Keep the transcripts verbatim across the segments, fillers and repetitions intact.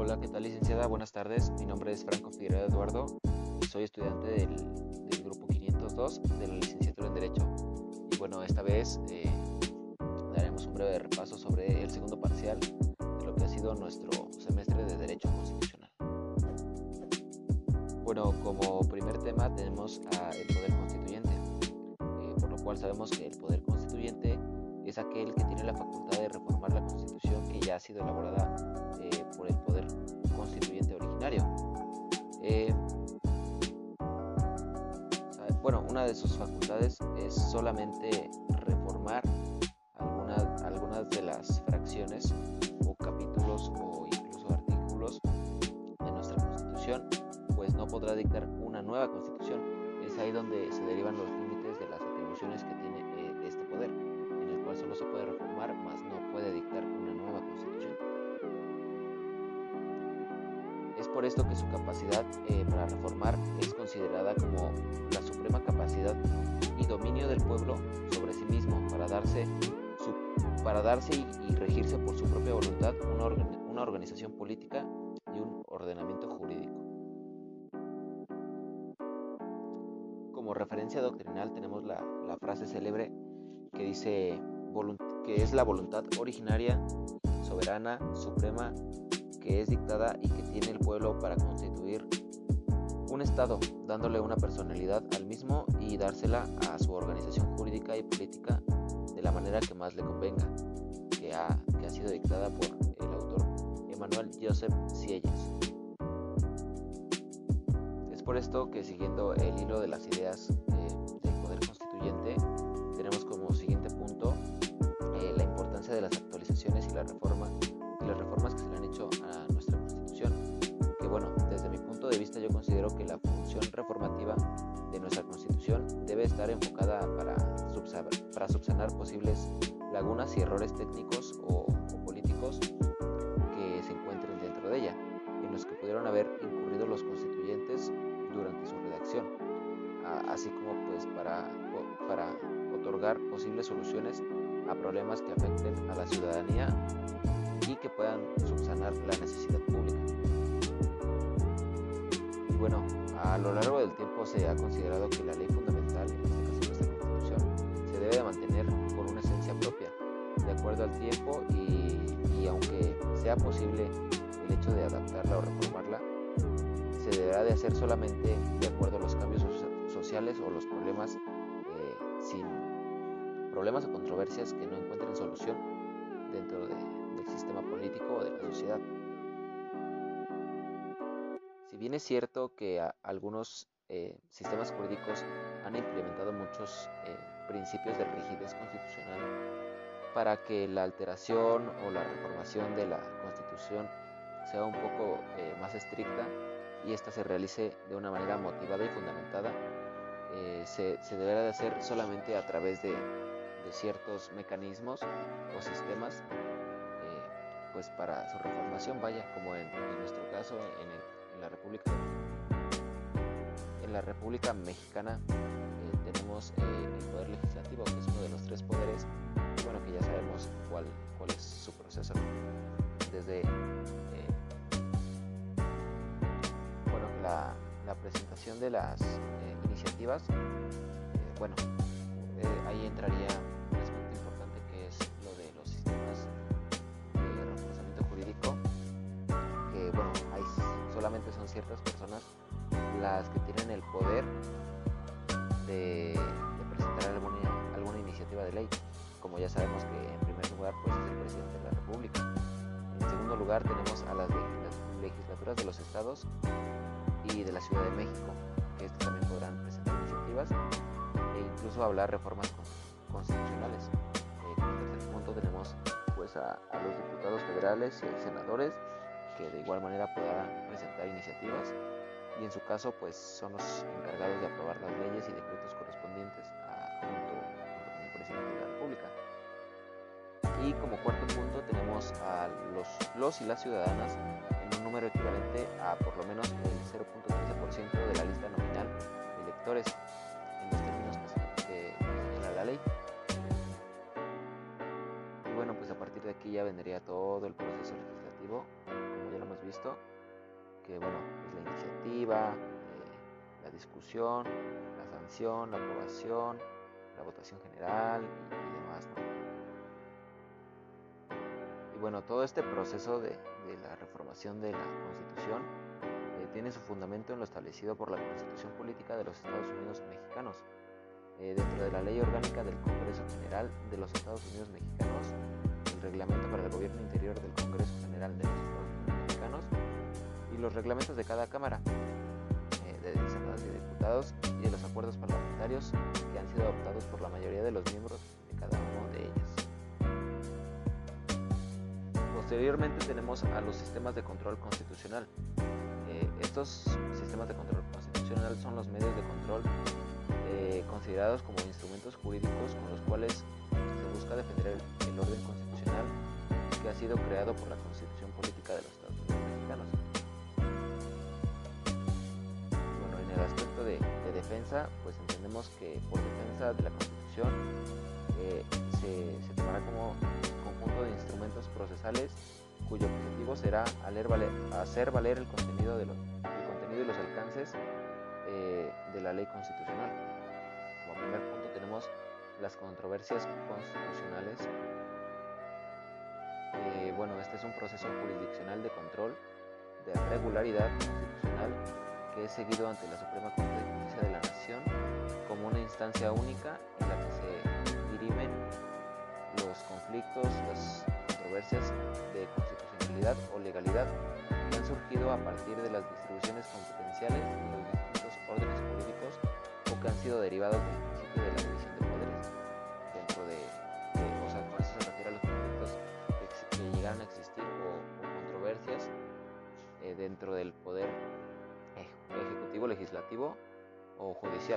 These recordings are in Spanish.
Hola, ¿qué tal, licenciada? Buenas tardes. Mi nombre es Franco Figueroa Eduardo y soy estudiante del, del grupo quinientos dos de la licenciatura en Derecho. Y bueno, esta vez eh, daremos un breve repaso sobre el segundo parcial de lo que ha sido nuestro semestre de Derecho Constitucional. Bueno, como primer tema tenemos al Poder Constituyente, eh, por lo cual sabemos que el Poder Constituyente es aquel que tiene la facultad de reformar la Constitución que ya ha sido elaborada eh, por el Poder Constituyente originario. Eh, bueno, una de sus facultades es solamente reformar algunas, algunas de las fracciones o capítulos o incluso artículos de nuestra Constitución, pues no podrá dictar una nueva Constitución. Es ahí donde se derivan los límites de las atribuciones que tiene eh, este poder, en el cual solo se puede reformar, mas no puede dictar una nueva Constitución. Es por esto que su capacidad eh, para reformar es considerada como la suprema capacidad y dominio del pueblo sobre sí mismo para darse, su, para darse y, y regirse por su propia voluntad una, organ, una organización política y un ordenamiento jurídico. Como referencia doctrinal tenemos la, la frase célebre que dice que es la voluntad originaria, soberana, suprema, que es dictada y que tiene el pueblo para constituir un Estado, dándole una personalidad al mismo y dársela a su organización jurídica y política de la manera que más le convenga, que ha, que ha sido dictada por el autor Emmanuel Joseph Sieyès. Es por esto que, siguiendo el hilo de las ideas eh, del Poder Constituyente, tenemos como siguiente punto eh, la importancia de las actualizaciones y la reforma y las reformas que se le han hecho a nuestra Constitución, que bueno, desde mi punto de vista yo considero que la función reformativa de nuestra Constitución debe estar enfocada para, subsanar, para subsanar posibles lagunas y errores técnicos o, o políticos que se encuentren dentro de ella, en los que pudieron haber incurrido los constituyentes durante su redacción, así como pues para, para otorgar posibles soluciones a problemas que afecten a la ciudadanía y que puedan subsanar la necesidad pública. Y bueno, a lo largo del tiempo se ha considerado que la ley fundamental, en este caso nuestra Constitución, se debe de mantener con una esencia propia, de acuerdo al tiempo y, y aunque sea posible el hecho de adaptarla o reformarla, se deberá de hacer solamente de acuerdo a los cambios sociales o los problemas eh, sin problemas o controversias que no encuentren solución dentro de, del sistema político o de la sociedad. Si bien es cierto que a, algunos eh, sistemas jurídicos han implementado muchos eh, principios de rigidez constitucional para que la alteración o la reformación de la Constitución sea un poco eh, más estricta y esta se realice de una manera motivada y fundamentada, eh, se, se deberá de hacer solamente a través de, de ciertos mecanismos o sistemas eh, pues para su reformación, vaya, como en, en nuestro caso en, el, en la República en la República Mexicana eh, tenemos eh, el Poder Legislativo, que es uno de los tres poderes, y bueno, que ya sabemos cuál, cuál es su proceso, ¿no? Desde eh, bueno, la, la presentación de las eh, iniciativas, eh, bueno, eh, ahí entraría un aspecto importante que es lo de los sistemas de reforzamiento jurídico, que bueno, hay, solamente son ciertas personas las que tienen el poder de, de presentar alguna, alguna iniciativa de ley, como ya sabemos que en primer lugar pues es el presidente de la República. En segundo lugar tenemos a las legislaturas de los estados y de la Ciudad de México, que estos también podrán presentar iniciativas e incluso hablar reformas constitucionales. Eh, como tercer punto tenemos pues a, a los diputados federales y senadores, que de igual manera podrán presentar iniciativas y en su caso pues son los encargados de aprobar las leyes y decretos correspondientes a, junto, junto con el presidente de la República. Y como cuarto punto tenemos a los, los y las ciudadanas en un número equivalente a por lo menos el cero punto trece por ciento de la lista nominal de electores en los términos que, que señala la ley. Y bueno, pues a partir de aquí ya vendría todo el proceso legislativo, como ya lo hemos visto. visto, que bueno, es la iniciativa, eh, la discusión, la sanción, la aprobación, la votación general y, y demás, ¿no? Y bueno, todo este proceso de, de la reformación de la Constitución eh, tiene su fundamento en lo establecido por la Constitución Política de los Estados Unidos Mexicanos, eh, dentro de la Ley Orgánica del Congreso General de los Estados Unidos Mexicanos, el Reglamento para el Gobierno Interior del Congreso General de los Estados Unidos Mexicanos y los reglamentos de cada Cámara, eh, de Senado y Diputados, y de los acuerdos parlamentarios que han sido adoptados por la mayoría de los miembros de cada uno de ellas. Posteriormente tenemos a los sistemas de control constitucional. Eh, estos sistemas de control constitucional son los medios de control eh, considerados como instrumentos jurídicos con los cuales se busca defender el, el orden constitucional que ha sido creado por la Constitución Política de los Estados Unidos Mexicanos. Bueno, en el aspecto de, de defensa, pues entendemos que por defensa de la Constitución eh, se, se tomará como conjunto de instrumentos procesales cuyo objetivo será valer, hacer valer el contenido, de los, el contenido y los alcances eh, de la ley constitucional. Como primer punto tenemos las controversias constitucionales. Eh, bueno, este es un proceso jurisdiccional de control de regularidad constitucional que es seguido ante la Suprema Corte de Justicia de la Nación como una instancia única en la que se dirimen los conflictos, las controversias de constitucionalidad o legalidad que han surgido a partir de las distribuciones competenciales de los distintos órdenes jurídicos o que han sido derivados del principio de la división de poderes dentro de, de o sea, por eso se refiere a los conflictos que, que llegaron a existir o, o controversias eh, dentro del poder ejecutivo, legislativo o judicial.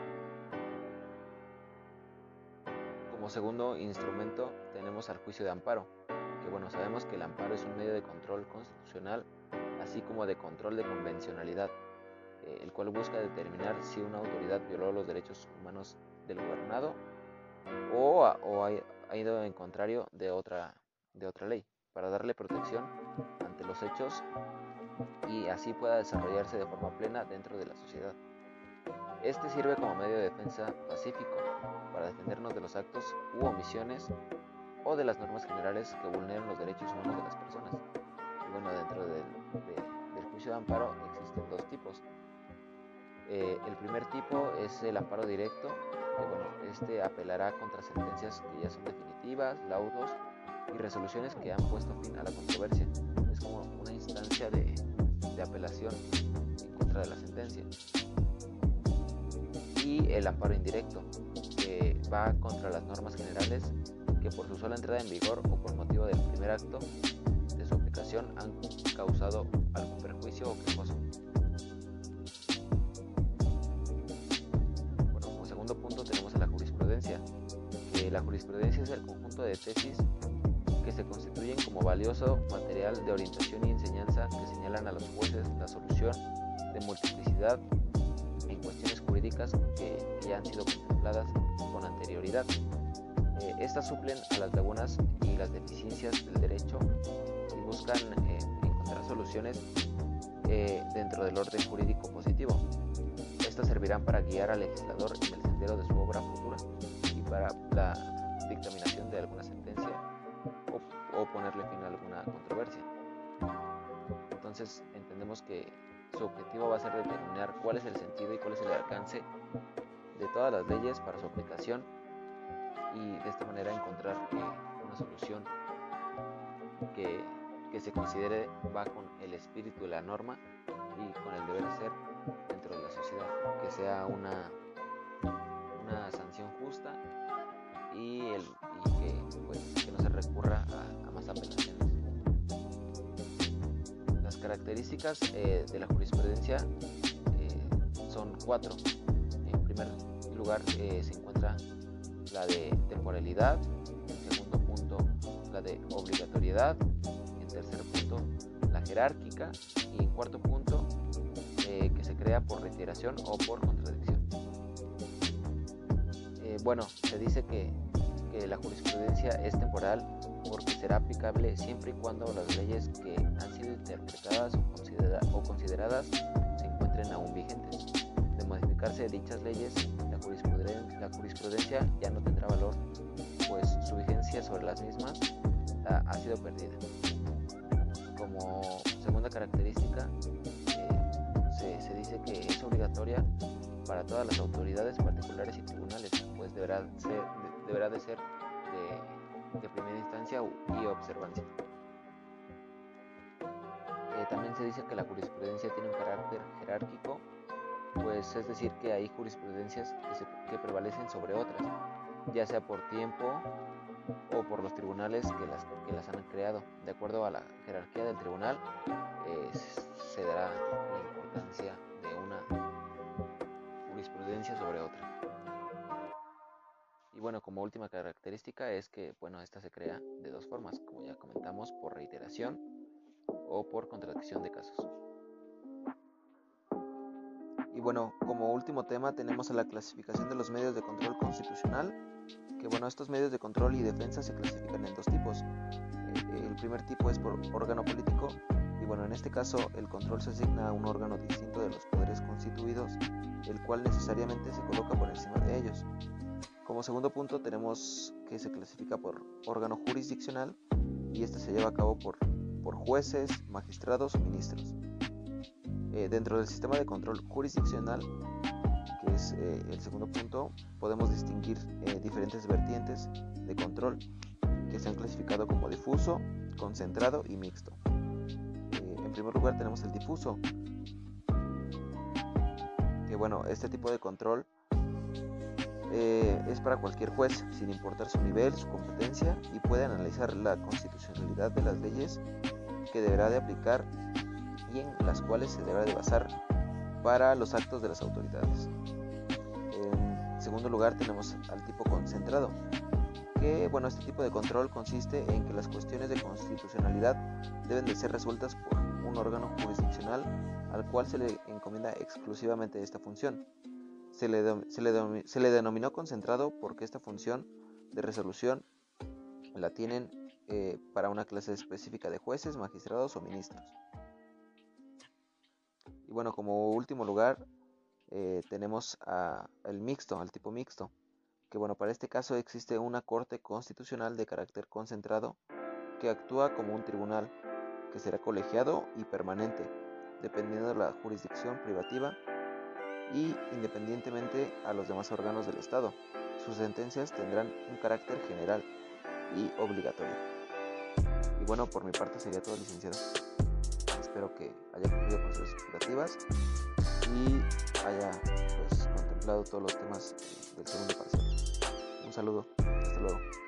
Como segundo instrumento tenemos al juicio de amparo, que bueno, sabemos que el amparo es un medio de control constitucional, así como de control de convencionalidad, eh, el cual busca determinar si una autoridad violó los derechos humanos del gobernado o, a, o ha, ha ido en contrario de otra, de otra ley, para darle protección ante los hechos y así pueda desarrollarse de forma plena dentro de la sociedad. Este sirve como medio de defensa pacífico para defendernos de los actos u omisiones o de las normas generales que vulneren los derechos humanos de las personas. Y bueno, dentro del, de, del juicio de amparo existen dos tipos. Eh, el primer tipo es el amparo directo, que bueno, este apelará contra sentencias que ya son definitivas, laudos y resoluciones que han puesto fin a la controversia. Es como una instancia de, de apelación en contra de la sentencia. Y el amparo indirecto, que va contra las normas generales que por su sola entrada en vigor o por motivo del primer acto de su aplicación han causado algún perjuicio o quejoso. Bueno, como segundo punto tenemos a la jurisprudencia, que la jurisprudencia es el conjunto de tesis que se constituyen como valioso material de orientación y enseñanza que señalan a los jueces la solución de multiplicidad en cuestiones jurídicas que, que ya han sido contempladas con anterioridad. Eh, estas suplen a las lagunas y las deficiencias del derecho y buscan eh, encontrar soluciones eh, dentro del orden jurídico positivo. Estas servirán para guiar al legislador en el sendero de su obra futura y para la dictaminación de alguna sentencia o, o ponerle fin a alguna controversia. Entonces entendemos que su objetivo va a ser determinar cuál es el sentido y cuál es el alcance de todas las leyes para su aplicación y de esta manera encontrar eh, una solución que, que se considere va con el espíritu de la norma y con el deber ser dentro de la sociedad, que sea una, una sanción justa y, el, y que, pues, que no se recurra a, a más apelaciones. Las características eh, de la jurisprudencia eh, son cuatro. En primer lugar eh, se encuentra la de temporalidad, en segundo punto la de obligatoriedad, en tercer punto la jerárquica y en cuarto punto eh, que se crea por reiteración o por contradicción. Eh, bueno, se dice que, que la jurisprudencia es temporal porque será aplicable siempre y cuando las leyes que han sido interpretadas o, considera o consideradas se encuentren aún vigentes. De modificarse dichas leyes, la jurisprudencia, la jurisprudencia ya no tendrá valor, pues su vigencia sobre las mismas ha, ha sido perdida. Como segunda característica, eh, se, se dice que es obligatoria para todas las autoridades particulares y tribunales, pues deberá, ser, de, deberá de ser de, de primera instancia y observancia. Eh, también se dice que la jurisprudencia tiene un carácter jerárquico, pues es decir que hay jurisprudencias que, se, que prevalecen sobre otras, ya sea por tiempo o por los tribunales que las, que las han creado. De acuerdo a la jerarquía del tribunal, eh, se dará la importancia de una jurisprudencia sobre otra. Y bueno, como última característica es que, bueno, esta se crea de dos formas, como ya comentamos, por reiteración o por contradicción de casos. Y bueno, como último tema tenemos a la clasificación de los medios de control constitucional, que bueno, estos medios de control y defensa se clasifican en dos tipos. El primer tipo es por órgano político, y bueno, en este caso el control se asigna a un órgano distinto de los poderes constituidos, el cual necesariamente se coloca por encima de ellos. Como segundo punto tenemos que se clasifica por órgano jurisdiccional, y este se lleva a cabo por, por jueces, magistrados o ministros. Eh, dentro del sistema de control jurisdiccional, que es eh, el segundo punto, podemos distinguir eh, diferentes vertientes de control que se han clasificado como difuso, concentrado y mixto. Eh, en primer lugar tenemos el difuso, que bueno, este tipo de control eh, es para cualquier juez, sin importar su nivel, su competencia, y puede analizar la constitucionalidad de las leyes que deberá de aplicar y en las cuales se deberá de basar para los actos de las autoridades. En segundo lugar tenemos al tipo concentrado, que bueno, este tipo de control consiste en que las cuestiones de constitucionalidad deben de ser resueltas por un órgano jurisdiccional al cual se le encomienda exclusivamente esta función. Se le, se le, se le denominó concentrado porque esta función de resolución la tienen eh, para una clase específica de jueces, magistrados o ministros. Y bueno, como último lugar eh, tenemos a, el mixto, al tipo mixto, que bueno, para este caso existe una corte constitucional de carácter concentrado que actúa como un tribunal que será colegiado y permanente, dependiendo de la jurisdicción privativa y independientemente a los demás órganos del Estado. Sus sentencias tendrán un carácter general y obligatorio. Y bueno, por mi parte sería todo, licenciado. Espero que haya cumplido con sus expectativas y haya pues contemplado todos los temas del segundo parcial. Un saludo, hasta luego.